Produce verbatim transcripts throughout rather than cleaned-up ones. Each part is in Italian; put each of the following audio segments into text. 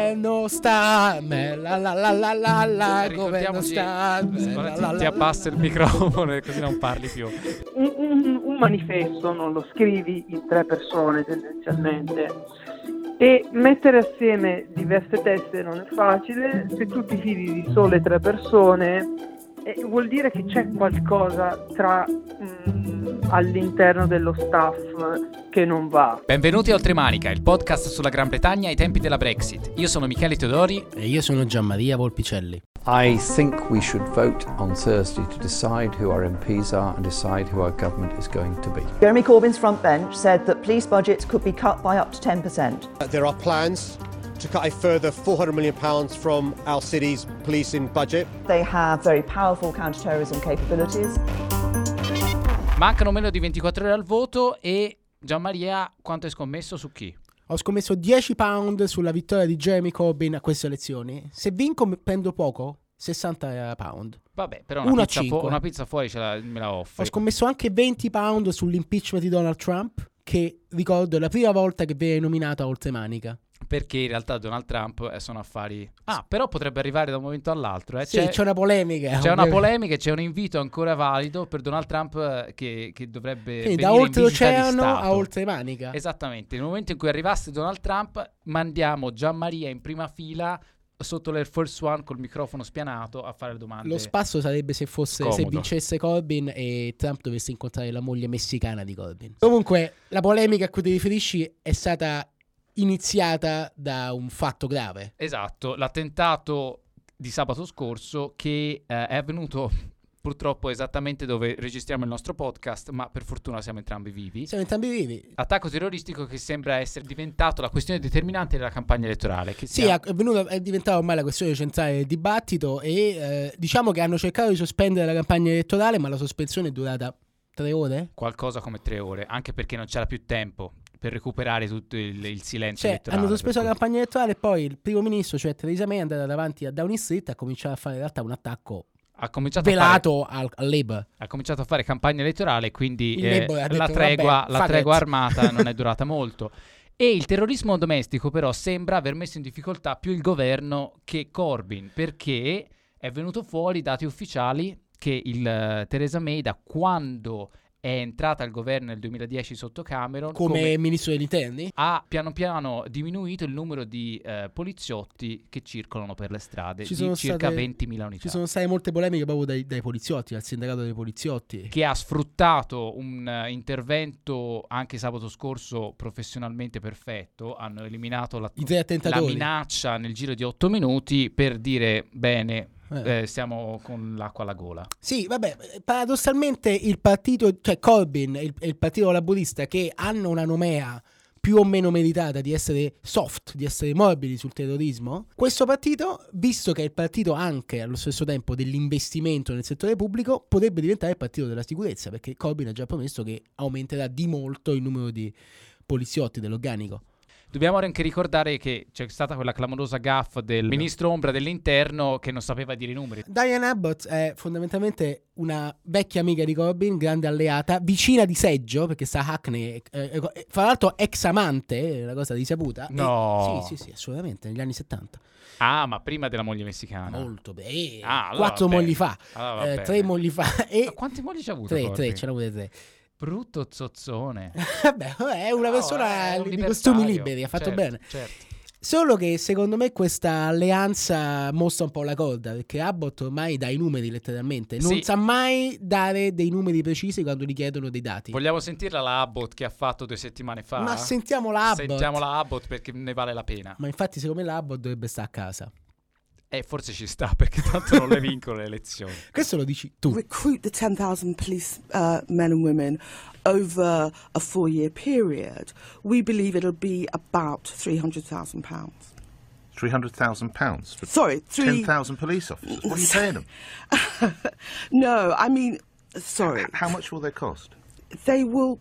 governo sta, la la la la la la, governo sta, la, la, la, ti abbassa il microfono e così non parli più. Un, un, un manifesto non lo scrivi in tre persone tendenzialmente, e mettere assieme diverse teste non è facile. Se tu ti fidi di sole tre persone, eh, vuol dire che c'è qualcosa tra mh, all'interno dello staff che non va. Benvenuti a Oltremanica, il podcast sulla Gran Bretagna ai tempi della Brexit. Io sono Michele Teodori e io sono Gianmaria Volpicelli. I think we should vote on Thursday to decide who our M Ps are and decide who our government is going to be. Jeremy Corbyn's front bench said that police budgets could be cut by up to ten percent. Uh, there are plans to cut a further four hundred million pounds from our city's policing budget. They have very powerful counter-terrorism capabilities. Mancano meno di ventiquattro ore al voto e Gianmaria, quanto hai scommesso su chi? Ho scommesso dieci pound sulla vittoria di Jeremy Corbyn a queste elezioni. Se vinco prendo poco, sessanta pound. Vabbè, però una, pizza, fu- una pizza fuori ce la, me la offri. Ho scommesso anche venti pound sull'impeachment di Donald Trump, che ricordo è la prima volta che viene nominato a Oltremanica. Perché in realtà Donald Trump eh, sono affari... Ah, però potrebbe arrivare da un momento all'altro. Eh. Sì, c'è, c'è una polemica. C'è ovviamente. una polemica e c'è un invito ancora valido per Donald Trump eh, che, che dovrebbe Quindi venire da oltreoceano a Oltremanica. Esattamente. Nel momento in cui arrivasse Donald Trump, mandiamo Gianmaria in prima fila sotto l'Air Force One col microfono spianato a fare le domande. Lo spasso sarebbe se fosse Comodo. se vincesse Corbyn e Trump dovesse incontrare la moglie messicana di Corbyn. Comunque la polemica a cui ti riferisci è stata iniziata da un fatto grave. Esatto, l'attentato di sabato scorso che eh, è avvenuto purtroppo esattamente dove registriamo il nostro podcast, ma per fortuna siamo entrambi vivi. Siamo entrambi vivi. Attacco terroristico che sembra essere diventato la questione determinante della campagna elettorale. Che sì, sia... è, venuto, è diventata ormai la questione centrale del dibattito e eh, diciamo che hanno cercato di sospendere la campagna elettorale, ma la sospensione è durata tre ore? Qualcosa come tre ore, anche perché non c'era più tempo per recuperare tutto il, il silenzio cioè, elettorale. Hanno sospeso la cui... campagna elettorale e poi il primo ministro, cioè Theresa May, è andata davanti a Downing Street e ha cominciato a fare in realtà un attacco ha cominciato velato a fare, al, al Labour. Ha cominciato a fare campagna elettorale, quindi eh, detto, la tregua, vabbè, la tregua armata non è durata molto. E il terrorismo domestico però sembra aver messo in difficoltà più il governo che Corbyn, perché è venuto fuori dati ufficiali che il uh, Theresa May, da quando è entrata al governo nel duemiladieci sotto Cameron come, come ministro degli interni, ha piano piano diminuito il numero di eh, poliziotti che circolano per le strade, ci di sono circa state, ventimila unità. Ci sono state molte polemiche proprio dai, dai poliziotti, dal sindacato dei poliziotti, che ha sfruttato un uh, intervento anche sabato scorso professionalmente perfetto. Hanno eliminato la, I tre attentatori. la minaccia nel giro di otto minuti per dire bene, Eh. Eh, siamo con l'acqua alla gola. Sì, vabbè, paradossalmente il partito, cioè Corbyn e il, il partito laburista, che hanno una nomea più o meno meritata di essere soft, di essere morbidi sul terrorismo, questo partito, visto che è il partito anche allo stesso tempo dell'investimento nel settore pubblico, potrebbe diventare il partito della sicurezza, perché Corbyn ha già promesso che aumenterà di molto il numero di poliziotti dell'organico. Dobbiamo anche ricordare che c'è stata quella clamorosa gaffe del ministro ombra dell'interno che non sapeva dire i numeri. Diane Abbott è fondamentalmente una vecchia amica di Corbyn, grande alleata, vicina di seggio, perché sta a Hackney, eh, eh, fra l'altro ex amante, è una cosa risaputa. No. E, sì, sì, sì, assolutamente, negli anni settanta. Ah, ma prima della moglie messicana. Molto bene. Ah, allora Quattro vabbè. mogli fa, allora eh, tre mogli fa. E ma quanti mogli c'ha avuto? Tre, Corbyn? tre, ce n'ha avute tre. Brutto zozzone. Vabbè, è una No, persona è un di costumi libertario. liberi, ha fatto Certo, bene. certo. Solo che secondo me questa alleanza mostra un po' la corda, perché Abbott ormai dà i numeri letteralmente, non Sì. sa mai dare dei numeri precisi quando gli chiedono dei dati. Vogliamo sentirla la Abbott che ha fatto due settimane fa? Ma sentiamo la Abbott. Sentiamo la Abbott perché ne vale la pena. Ma infatti secondo me la Abbott dovrebbe stare a casa. Eh, forse ci sta perché tanto non le vincono le elezioni. Questo lo dici tu. Recruit the ten thousand police uh, men and women over a four-year period. We believe it'll be about three hundred thousand pounds. three hundred thousand pounds for Sorry, three... ten thousand police officers? What are you paying them? No, I mean, sorry. H- how much will they cost? They will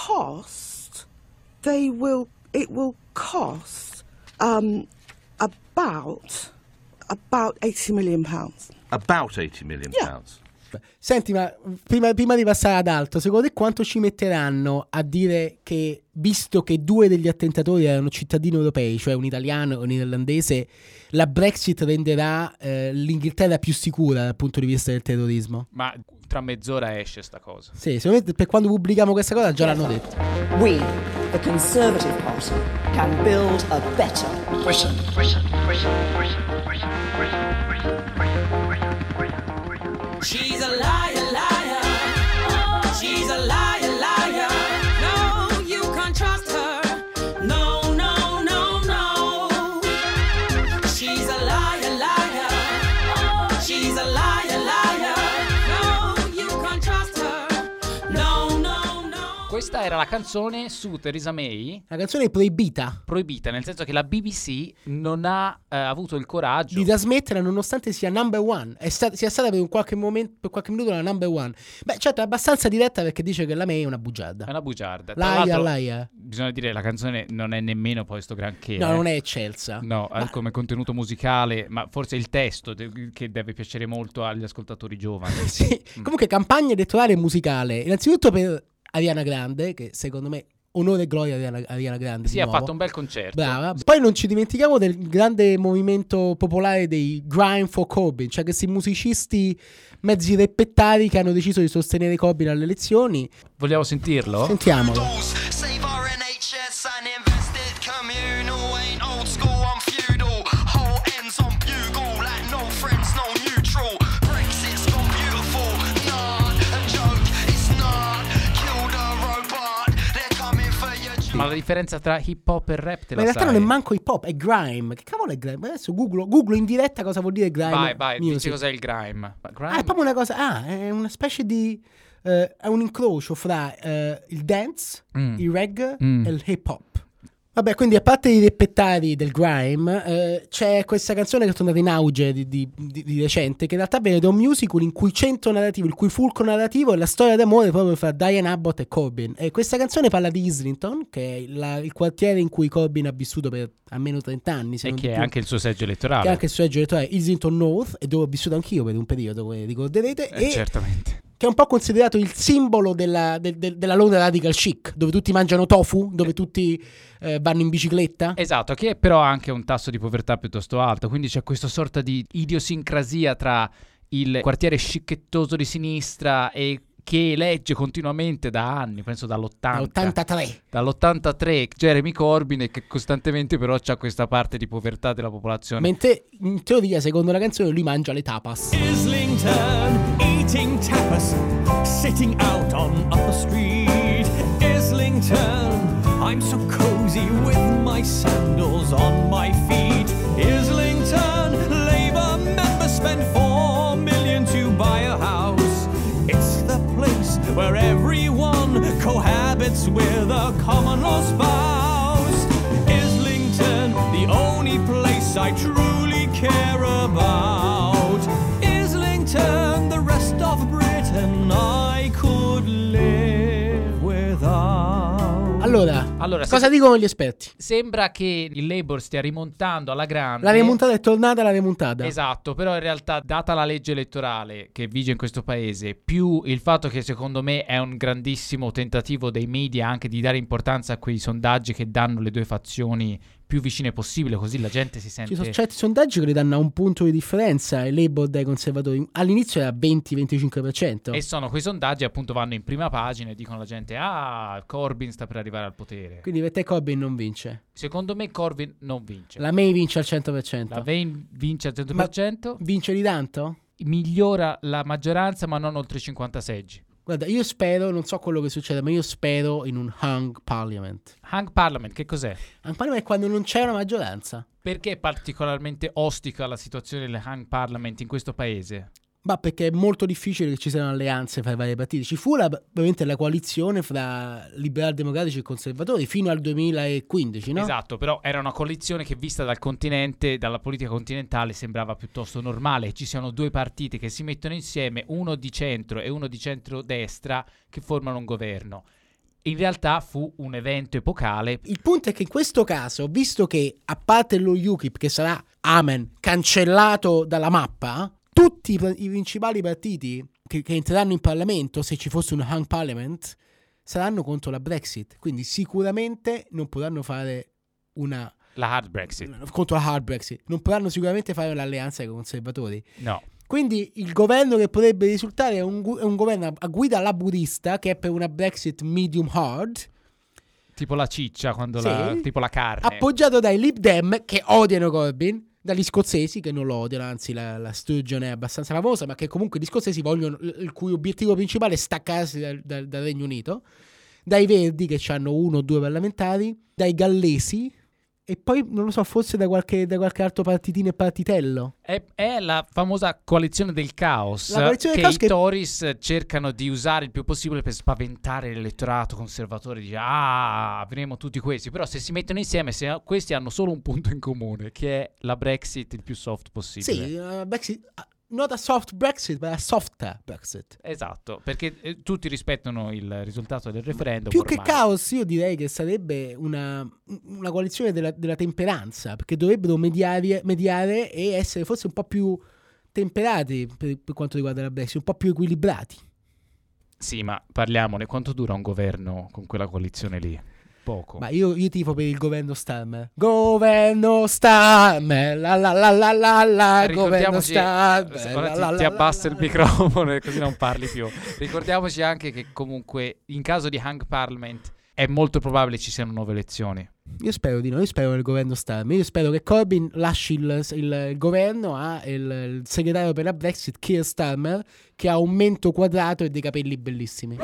cost, they will, it will cost um, about, about eighty million pounds. About eighty million Yeah. pounds? Senti, ma prima, prima di passare ad altro, secondo te quanto ci metteranno a dire che, visto che due degli attentatori erano cittadini europei, cioè un italiano e un irlandese, la Brexit renderà eh, l'Inghilterra più sicura dal punto di vista del terrorismo? Ma tra mezz'ora esce sta cosa. Sì, secondo me per quando pubblichiamo questa cosa già l'hanno detto. We, the Conservative Party, can build a better Britain. Britain, Britain, Britain, Britain, Britain, Britain, Britain, Britain, Britain. She's a liar, liar. Oh, she's a liar, liar. No, you can't trust her. No, no, no, no. She's a liar, liar. Oh, she's a liar, liar. No, you can't trust her. No, no, no. Questa era la canzone su Theresa May. La canzone è proibita. Proibita, nel senso che la B B C non ha eh, avuto il coraggio di trasmetterla nonostante sia number one. È sta- sia stata per un qualche momento, per qualche minuto la number one. Beh, certo, è abbastanza diretta perché dice che la May è una bugiarda. È una bugiarda. Tra Laia, l'altro, laia. bisogna dire la canzone non è nemmeno poi sto granché. No, eh. non è eccelsa. No, Ma- come contenuto musicale, ma forse il testo de- che deve piacere molto agli ascoltatori giovani. Sì. Mm. Comunque campagna elettorale e musicale. Innanzitutto per Ariana Grande, che secondo me onore e gloria a Ariana, Ariana Grande. Sì, di ha nuovo. fatto un bel concerto. Brava. Poi non ci dimentichiamo del grande movimento popolare dei Grime for Corbyn, cioè questi musicisti mezzi reppettari che hanno deciso di sostenere Corbyn alle elezioni. Vogliamo sentirlo? Sentiamolo. Save our N H S and invested communal. Ain't old school, I'm feudal. Whole ends on bugle, like no friends, no neutral. Brexit's gone beautiful, not a joke, it's not. Kill the robot, they're coming for your juice. Ma la differenza tra hip hop e rap te Ma la in realtà sai? non è manco hip hop, è grime. Che cavolo è grime? Adesso googlo, googlo in diretta cosa vuol dire grime. Vai, vai, music. dici cos'è il grime. Ma grime? Ah, è proprio una cosa. Ah, è una specie di. eh, è un incrocio fra eh, il dance, Mm. il reggae Mm. e il hip hop. Vabbè, quindi a parte i reppettari del grime, eh, c'è questa canzone che è tornata in auge di, di, di, di recente, che in realtà viene da un musical in cui centro narrativo, il cui fulcro narrativo è la storia d'amore proprio fra Diane Abbott e Corbyn. E questa canzone parla di Islington, che è la- il quartiere in cui Corbyn ha vissuto per almeno trenta anni. Se E non che di è più. anche il suo seggio Che elettorale. è anche il suo seggio elettorale, Islington North, e dove ho vissuto anch'io per un periodo, come ricorderete. Eh, e certamente. che è un po' considerato il simbolo della, del- del- della Londra radical chic, dove tutti mangiano tofu, dove tutti eh, vanno in bicicletta. Esatto, che però ha anche un tasso di povertà piuttosto alto, quindi c'è questa sorta di idiosincrasia tra il quartiere scicchettoso di sinistra e che elegge continuamente da anni, penso dall'ottanta. ottantatré. Dall'ottantatré Jeremy Corbyn, e che costantemente però c'ha questa parte di povertà della popolazione. Mentre in teoria, secondo la canzone, lui mangia le tapas. Islington, eating tapas, sitting out on Upper Street. Islington, I'm so cozy with my sandals on my feet. Islington, Labour members spend four million to buy a house. It's the place where everyone cohabits with a common law spouse. Islington, the only place I truly care about. Islington, the rest of Britain I could live without. Allora, Allora, cosa se- dicono gli esperti? Sembra che il Labour stia rimontando alla grande. La remontata è tornata la remontata. Esatto, però in realtà, data la legge elettorale che vige in questo paese, più il fatto che secondo me è un grandissimo tentativo dei media anche di dare importanza a quei sondaggi che danno le due fazioni più vicine possibile, così la gente si sente... Ci sono certi sondaggi che li danno a un punto di differenza. Il Labour dai conservatori all'inizio era venti venticinque per cento. E sono quei sondaggi, appunto, vanno in prima pagina e dicono alla gente: ah, Corbyn sta per arrivare al potere. Quindi per te Corbyn non vince. Secondo me Corbyn non vince. La May vince al cento per cento. La May vince al cento per cento. Vince di tanto? Migliora la maggioranza, ma non oltre i cinquanta seggi. Guarda, io spero, non so quello che succede, ma io spero in un hung parliament. Hung Parliament, che cos'è? Hung parliament è quando non c'è una maggioranza. Perché è particolarmente ostica la situazione del Hung Parliament in questo paese? Ma perché è molto difficile che ci siano alleanze fra i vari partiti. Ci fu la, ovviamente la coalizione fra liberal democratici e conservatori fino al duemilaquindici, no? Esatto, però era una coalizione che, vista dal continente, dalla politica continentale, sembrava piuttosto normale. Ci siano due partiti che si mettono insieme, uno di centro e uno di centrodestra, che formano un governo. In realtà fu un evento epocale. Il punto è che in questo caso, visto che a parte lo U K I P, che sarà, amen, cancellato dalla mappa, tutti i, i principali partiti che, che entreranno in Parlamento, se ci fosse un hung parliament, saranno contro la Brexit. Quindi sicuramente non potranno fare una... La hard Brexit. Contro la hard Brexit. Non potranno sicuramente fare un'alleanza con i conservatori. No. Quindi il governo che potrebbe risultare è un, gu- è un governo a guida laburista, che è per una Brexit medium hard. Tipo la ciccia, quando Sì. la, tipo la carne. Appoggiato dai Lib Dem, che odiano Corbyn, dagli scozzesi, che non lo odiano, anzi la, la Sturgeon è abbastanza famosa, ma che comunque gli scozzesi vogliono, il cui obiettivo principale è staccarsi dal, dal, dal Regno Unito, dai Verdi, che hanno uno o due parlamentari, dai Gallesi, e poi, non lo so, forse da qualche, da qualche altro partitino e partitello. È, è la famosa coalizione del caos, La coalizione che del caos i che- Tories cercano di usare il più possibile per spaventare l'elettorato conservatore. Dice, ah, avremo tutti questi. Però se si mettono insieme, se questi hanno solo un punto in comune, che è la Brexit il più soft possibile. Sì, uh, Brexit, uh, not a soft Brexit, ma a softer Brexit. Esatto, perché eh, tutti rispettano il risultato del referendum. Più che ormai. caos, io direi che sarebbe una, una coalizione della, della temperanza, perché dovrebbero mediare, mediare e essere forse un po' più temperati per, per quanto riguarda la Brexit, un po' più equilibrati. Sì, ma parliamone, quanto dura un governo con quella coalizione lì? Poco. Ma io, io tifo per il governo Starmer. Governo Starmer, la la la la la la, governo Ricordiamoci, Starmer. ora la, ti, la, ti la, abbasso la, il la. microfono e così non parli più. Ricordiamoci anche che comunque in caso di hung parliament è molto probabile ci siano nuove elezioni. Io spero di no, io spero nel governo Starmer. Io spero che Corbyn lasci il, il, il governo a il, il segretario per la Brexit, Keir Starmer, che ha un mento quadrato e dei capelli bellissimi.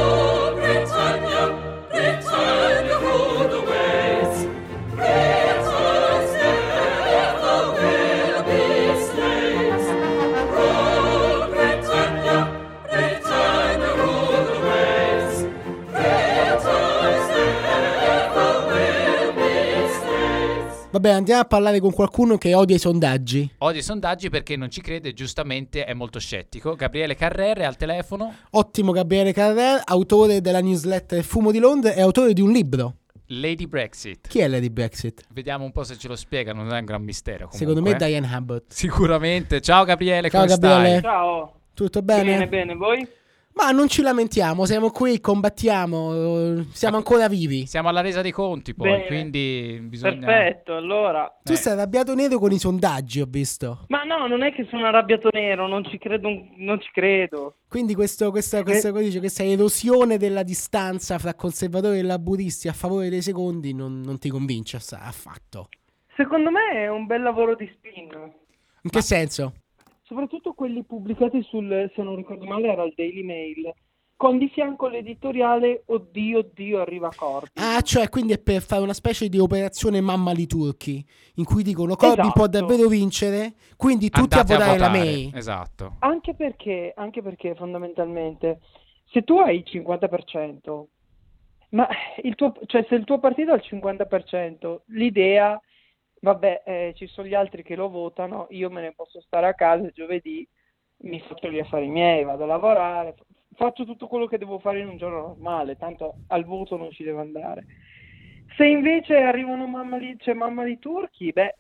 Vabbè, andiamo a parlare con qualcuno che odia i sondaggi. Odia i sondaggi perché non ci crede, giustamente è molto scettico. Gabriele Carrere al telefono. Ottimo Gabriele Carrere, autore della newsletter Fumo di Londra e autore di un libro. Lady Brexit. Chi è Lady Brexit? Vediamo un po' se ce lo spiega, non è un gran mistero comunque. Secondo me Diane Abbott. Sicuramente. Ciao Gabriele, Ciao, come Gabriele. stai? Ciao. Tutto bene? Bene, bene, voi? Ma non ci lamentiamo, siamo qui, combattiamo, eh, siamo ancora vivi. Siamo alla resa dei conti poi, Bene. quindi bisogna... Perfetto, allora. Tu Eh. sei arrabbiato nero con i sondaggi, ho visto. Ma no, non è che sono arrabbiato nero, non ci credo, un- non ci credo. Quindi questo, questa, questa, come dice, questa erosione della distanza fra conservatori e laburisti a favore dei secondi non, non ti convince ass- affatto. Secondo me è un bel lavoro di spin. In che senso? Soprattutto quelli pubblicati sul, se non ricordo male, era il Daily Mail, con di fianco l'editoriale oddio, oddio, arriva Corbyn. Ah, cioè, quindi è per fare una specie di operazione mammali turchi, in cui dicono Corbyn Esatto. può davvero vincere, quindi tutti Andate a votare la votare. May. Esatto. Anche perché, anche perché fondamentalmente, se tu hai il cinquanta per cento, ma il tuo, cioè se il tuo partito ha il cinquanta per cento, l'idea, vabbè, eh, ci sono gli altri che lo votano, io me ne posso stare a casa giovedì, mi faccio gli affari miei, vado a lavorare, faccio tutto quello che devo fare in un giorno normale, tanto al voto non ci devo andare. Se invece arrivano mammali, cioè mammali turchi, beh,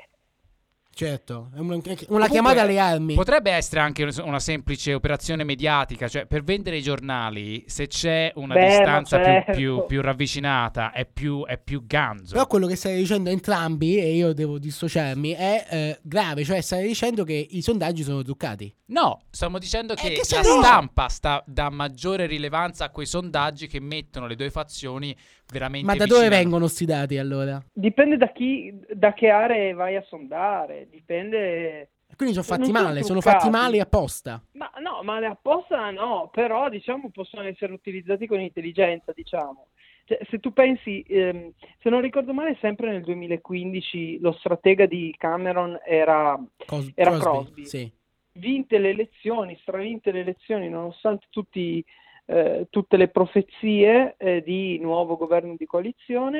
Certo, è una, una Comunque, chiamata alle armi. Potrebbe essere anche una semplice operazione mediatica, cioè per vendere i giornali, se c'è una Beh, ma distanza più- certo. più, più ravvicinata, è più, è più ganzo. Però quello che stai dicendo entrambi, e io devo dissociarmi, è eh, grave. Cioè stai dicendo che i sondaggi sono truccati. No, stiamo dicendo che, che la se no- stampa sta, dà maggiore rilevanza a quei sondaggi che mettono le due fazioni veramente Ma da dove vicine. vengono sti dati allora? dipende da chi, da che aree vai a sondare, dipende... Quindi sono fatti Non sono male, sono truccati. fatti male apposta. Ma no, ma apposta no, però diciamo possono essere utilizzati con intelligenza, diciamo. Cioè, se tu pensi, ehm, se non ricordo male, sempre nel duemilaquindici lo stratega di Cameron era, Cos- era Crosby, Crosby. sì. Vinte le elezioni, stravinte le elezioni, nonostante tutti, eh, tutte le profezie eh, di nuovo governo di coalizione,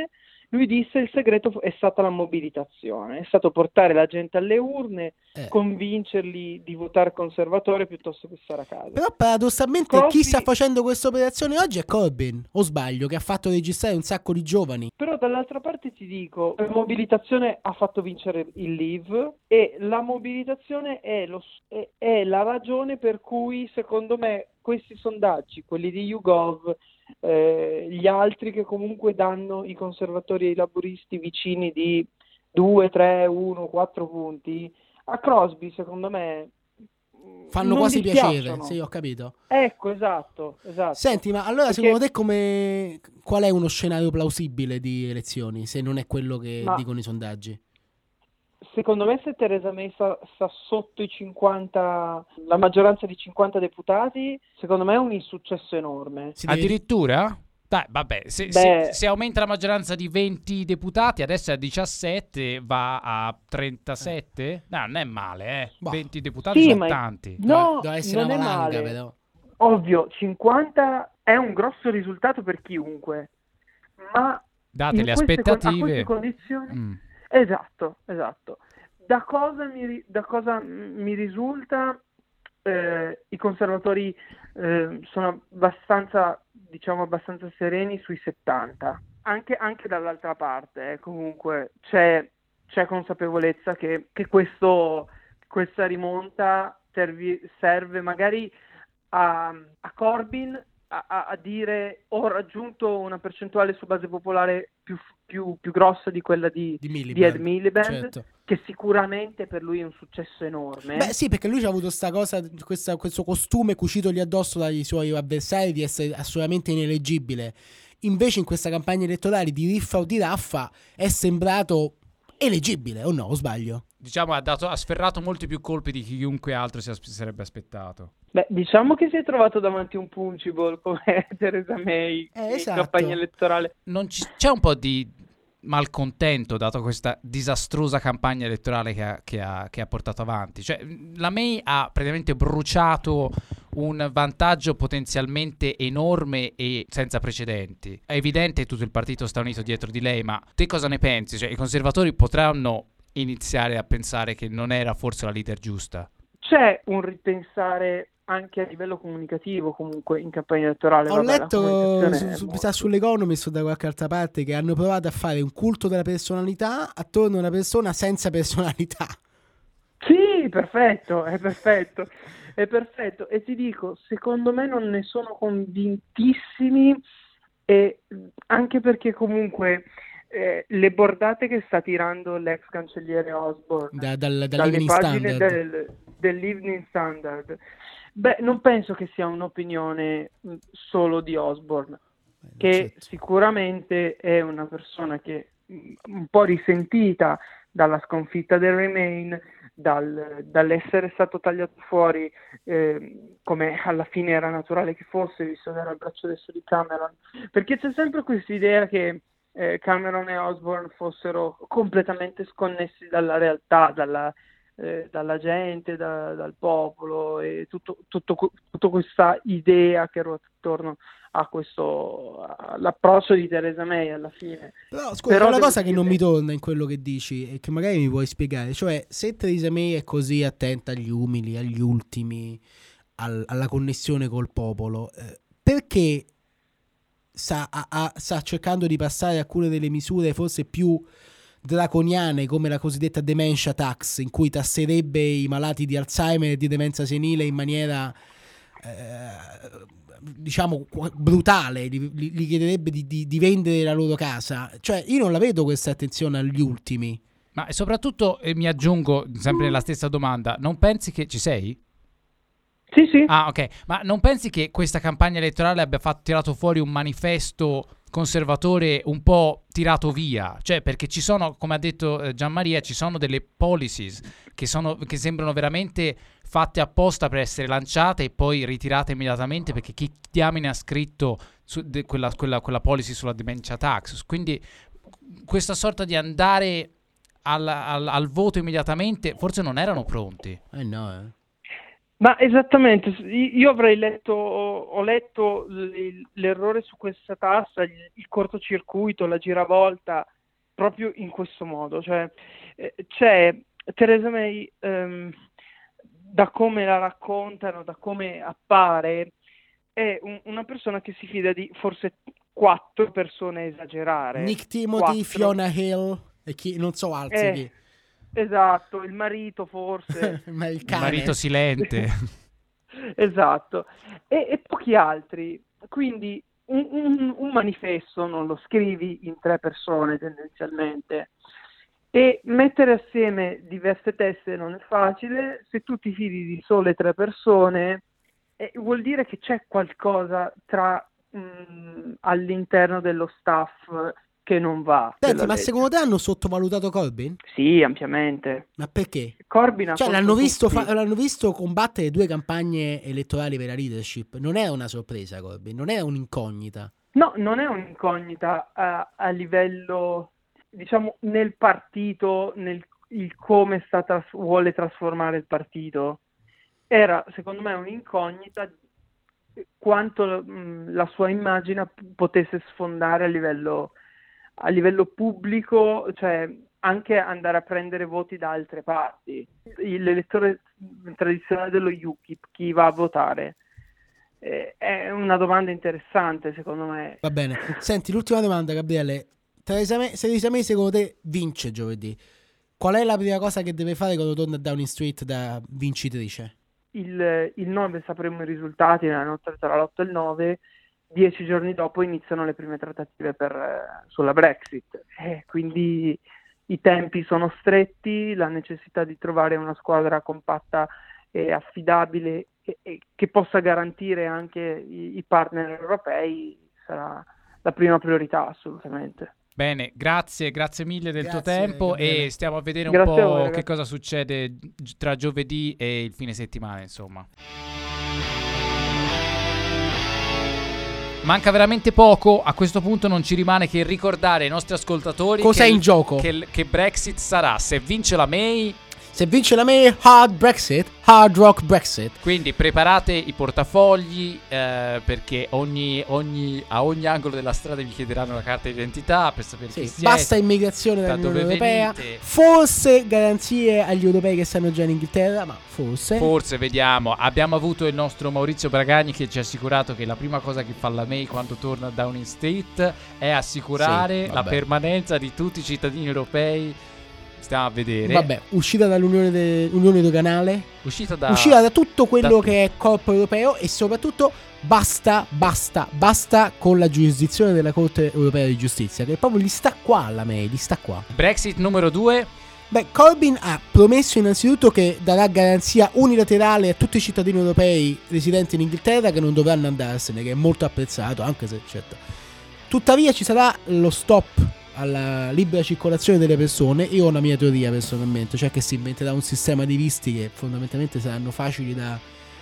lui disse il segreto è stata la mobilitazione, è stato portare la gente alle urne, Eh. convincerli di votare conservatore piuttosto che stare a casa. Però paradossalmente Crosby- chi sta facendo questa operazione oggi è Corbyn, o sbaglio, che ha fatto registrare un sacco di giovani. Però dall'altra parte ti dico, la mobilitazione ha fatto vincere il Leave e la mobilitazione è, lo, è, è la ragione per cui secondo me questi sondaggi, quelli di YouGov, eh, gli altri che comunque danno i conservatori e i laburisti vicini di due, tre, uno, quattro punti, a Crosby secondo me Fanno non quasi dispiacciono. piacere, sì, ho capito. Ecco, esatto, esatto. Senti, ma allora Perché- secondo te come qual è uno scenario plausibile di elezioni, se non è quello che Ma- dicono i sondaggi? Secondo me se Theresa May sta, sta sotto i cinquanta, la maggioranza di cinquanta deputati, secondo me è un insuccesso enorme. Addirittura? Dai, vabbè, se, Beh- se- se aumenta la maggioranza di venti deputati, adesso è a diciassette, va a trentasette? No, non è male, eh. Boh. venti deputati Sì, sono ma- tanti. No, Deve essere non una è valanga, male. però. Ovvio, cinquanta è un grosso risultato per chiunque, ma Date in le queste con- a aspettative. queste condizioni... Mm. Esatto, esatto. Da cosa mi, ri- da cosa mi risulta, eh, i conservatori eh, sono abbastanza, diciamo, abbastanza sereni sui settanta. Anche, anche dall'altra parte, eh, comunque, c'è, c'è consapevolezza che, che questo, questa rimonta servi- serve magari a, a Corbyn a, a- a dire ho raggiunto una percentuale su base popolare più, più, più grossa di quella di, Di di Miliband, Ed Miliband, certo. che sicuramente per lui è un successo enorme. Beh sì, perché lui ci ha avuto sta cosa, questa- questo costume cucitogli addosso dai suoi avversari di essere assolutamente ineleggibile. Invece in questa campagna elettorale di riffa o di raffa è sembrato eleggibile, o no, o sbaglio? Diciamo ha, dato, ha sferrato molti più colpi di chiunque altro si as- sarebbe aspettato. Beh, diciamo che si è trovato davanti un punchable come Theresa May Eh, in esatto. campagna elettorale. Non ci- c'è un po' di malcontento dato questa disastrosa campagna elettorale che ha, che ha- che ha portato avanti. Cioè, la May ha praticamente bruciato un vantaggio potenzialmente enorme e senza precedenti. È evidente che tutto il partito sta unito dietro di lei, ma te cosa ne pensi? Cioè, i conservatori potranno iniziare a pensare che non era forse la leader giusta? C'è un ripensare anche a livello comunicativo comunque in campagna elettorale. Ho Vabbè, la letto comunicazione su, è su, molto- sta sull'Economist o da qualche altra parte che hanno provato a fare un culto della personalità attorno a una persona senza personalità. Sì, perfetto, è perfetto, è perfetto. E ti dico, secondo me non ne sono convintissimi, e anche perché comunque eh, le bordate che sta tirando l'ex cancelliere Osborne Da- dal- dalle dall'Evening pagine Standard. del, dell'Evening Standard, beh, non penso che sia un'opinione mh, solo di Osborne, che certo. sicuramente è una persona che mh, un po' risentita dalla sconfitta del Remain, dal- dall'essere stato tagliato fuori, eh, come alla fine era naturale che fosse, visto che era il braccio destro di Cameron, perché c'è sempre questa idea che eh, Cameron e Osborne fossero completamente sconnessi dalla realtà, dalla, eh, dalla gente, da- dal popolo, e tutto, tutto, que- tutta questa idea che ruota attorno a questo, all'approccio di Theresa May alla fine. Però scusa, Però c'è una devo cosa che non dire- mi torna in quello che dici e che magari mi puoi spiegare, cioè se Theresa May è così attenta agli umili, agli ultimi, al- alla connessione col popolo, eh, perché sta, a- a- sta cercando di passare alcune delle misure forse più draconiane come la cosiddetta dementia tax, in cui tasserebbe i malati di Alzheimer e di demenza senile in maniera eh, diciamo qua- brutale, gli, gli- gli chiederebbe di, di- di vendere la loro casa. Cioè io non la vedo questa attenzione agli ultimi. Ma e soprattutto, e mi aggiungo sempre nella stessa domanda, non pensi che ci sei? Sì, sì. Ah, ok. Ma non pensi che questa campagna elettorale abbia fatto, tirato fuori un manifesto conservatore un po' tirato via? Cioè, perché ci sono, come ha detto eh, Gianmaria, ci sono delle policies che, sono, che sembrano veramente fatte apposta per essere lanciate e poi ritirate immediatamente, perché chi diamine ha scritto su, de, quella, quella, quella policy sulla dementia tax. Quindi questa sorta di andare al, al, al voto immediatamente, forse non erano pronti. Eh no, eh. Ma esattamente, io avrei letto, ho letto l- l'errore su questa tassa, il, il cortocircuito, la giravolta proprio in questo modo, cioè eh, c'è Theresa May, ehm, da come la raccontano, da come appare, è un- una persona che si fida di forse quattro persone a esagerare. Nick Timothy, Quattro. Fiona Hill e chi, non so altri. Eh, chi. Esatto, il marito forse. Ma il Il cane. marito silente. Esatto, e, e pochi altri. Quindi un, un- un manifesto non lo scrivi in tre persone tendenzialmente, e mettere assieme diverse teste non è facile. Se tu ti fidi di sole tre persone, eh, vuol dire che c'è qualcosa tra mh, all'interno dello staff che non va. Senti, della ma legge. secondo te hanno sottovalutato Corbyn? Sì, ampiamente. Ma perché? Corbyn ha Cioè, contro l'hanno visto, tutti. fa- l'hanno visto combattere due campagne elettorali per la leadership. Non è una sorpresa, Corbyn, non è un'incognita. No, non è un'incognita a, a livello, diciamo, nel partito, nel il come sta tras- vuole trasformare il partito. Era, secondo me, un'incognita quanto mh, la sua immagine p- potesse sfondare a livello, a livello pubblico, cioè anche andare a prendere voti da altre parti. L'elettore tradizionale dello UKIP, chi va a votare? Eh, è una domanda interessante, secondo me. Va bene. Senti, l'ultima domanda, Gabriele. Theresa May, se Theresa May secondo te vince giovedì, qual è la prima cosa che deve fare quando torna a Downing Street da vincitrice? Il, il nove sapremo i risultati, nella notte tra l'otto e il nove, dieci giorni dopo iniziano le prime trattative per, eh, sulla Brexit. Eh, quindi i tempi sono stretti, la necessità di trovare una squadra compatta e affidabile e, e che possa garantire anche i, i partner europei sarà la prima priorità, assolutamente. Bene, grazie, grazie mille del tuo Grazie, tempo Gabriele. e stiamo a vedere un Grazie a po' voi, che ragazzi. cosa succede gi- tra giovedì e il fine settimana, insomma. Manca veramente poco, a questo punto non ci rimane che ricordare ai nostri ascoltatori Cos'è che, in gioco? che, che Brexit sarà, se vince la May, Se vince la May, hard Brexit, hard rock Brexit. quindi preparate i portafogli eh, perché ogni, ogni, a ogni angolo della strada vi chiederanno la carta d'identità per sapere Sì, chi siete. basta immigrazione da dall'Unione dove Europea. venite. Forse garanzie agli europei che stanno già in Inghilterra, ma forse. Forse, vediamo. Abbiamo avuto il nostro Maurizio Bragagni che ci ha assicurato che la prima cosa che fa la May quando torna a Downing Street è assicurare Sì, la vabbè. permanenza di tutti i cittadini europei. Stiamo a vedere. Vabbè, uscita dall'Unione de- Unione doganale, Uscita da uscita da tutto quello da tu- che è corpo europeo e soprattutto basta, basta, basta con la giurisdizione della Corte Europea di Giustizia, che proprio gli sta qua alla May, gli sta qua. Brexit numero due. Beh, Corbyn ha promesso innanzitutto che darà garanzia unilaterale a tutti i cittadini europei residenti in Inghilterra che non dovranno andarsene, che è molto apprezzato, anche se certo. Tuttavia ci sarà lo stop alla libera circolazione delle persone. Io ho una mia teoria personalmente, cioè che si inventerà un sistema di visti che fondamentalmente saranno facili da,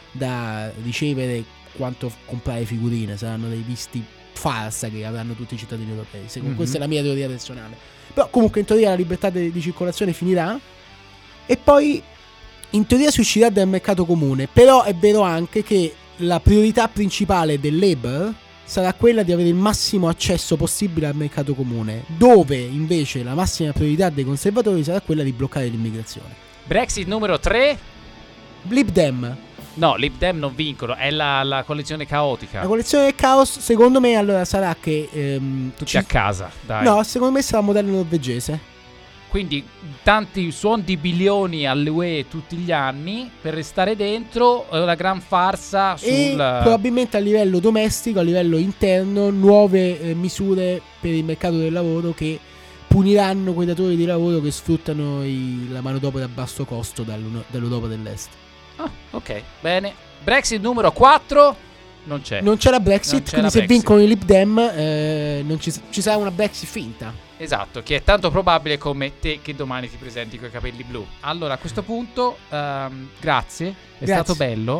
da ricevere quanto comprare figurine, saranno dei visti farsa che avranno tutti i cittadini europei. Secondo Mhm. questa è la mia teoria personale. Però comunque in teoria la libertà de- di circolazione finirà e poi in teoria si uscirà dal mercato comune. Però è vero anche che la priorità principale del Labour sarà quella di avere il massimo accesso possibile al mercato comune, dove invece la massima priorità dei conservatori sarà quella di bloccare l'immigrazione. Brexit numero tre. Lib Dem, No, Lib Dem non vincono, è la, la coalizione caotica. la collezione del caos, secondo me allora sarà che ehm, Tutti ci- a casa, dai. no, secondo me sarà modello norvegese. Quindi tanti suon di bilioni all'U E tutti gli anni per restare dentro, è una gran farsa sul... E probabilmente a livello domestico, a livello interno, nuove eh, misure per il mercato del lavoro che puniranno quei datori di lavoro che sfruttano i- la manodopera a basso costo dall'U- dall'Europa dell'Est. Ah, ok, bene. Brexit numero quattro. Non c'è. Non c'è la Brexit, Non c'è quindi la se Brexit. vincono i Lib Dem eh, non ci, ci sarà una Brexit finta. Esatto, che è tanto probabile come te che domani ti presenti coi capelli blu. Allora, a questo punto, ehm, grazie, è Grazie. stato bello.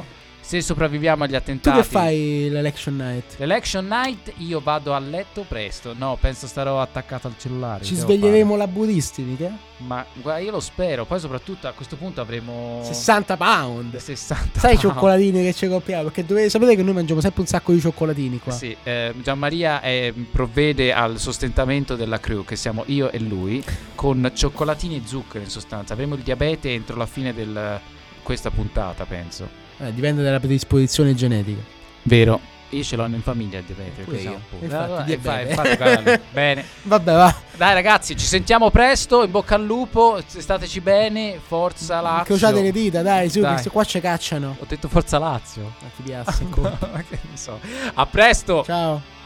Se sopravviviamo agli Tu attentati. che fai l'election night? L'election night io vado a letto presto. No, penso starò attaccato al cellulare. Ci devo sveglieremo laburisti, mica? fare. Ma guarda, io lo spero. Poi soprattutto a questo punto avremo sessanta pound. sessanta Sai i pound. cioccolatini che ci compriamo? Perché dovete sapere che noi mangiamo sempre un sacco di cioccolatini qua. Sì, eh, Gianmaria eh, provvede al sostentamento della crew, che siamo io e lui, con cioccolatini e zucchero in sostanza. Avremo il diabete entro la fine di questa puntata, penso. Eh, dipende dalla predisposizione genetica. Vero. Io ce l'ho in famiglia il diabete. Pure io. Infatti, Infatti, infatti, diabete. infatti, guarda, bene. Vabbè, va. Dai ragazzi, ci sentiamo presto. In bocca al lupo. Stateci bene. Forza Lazio. Incrociate le dita, dai, su, Dai. che qua ci cacciano. Ho detto forza Lazio. Ma ti piace? Ma che ne so. A presto. Ciao.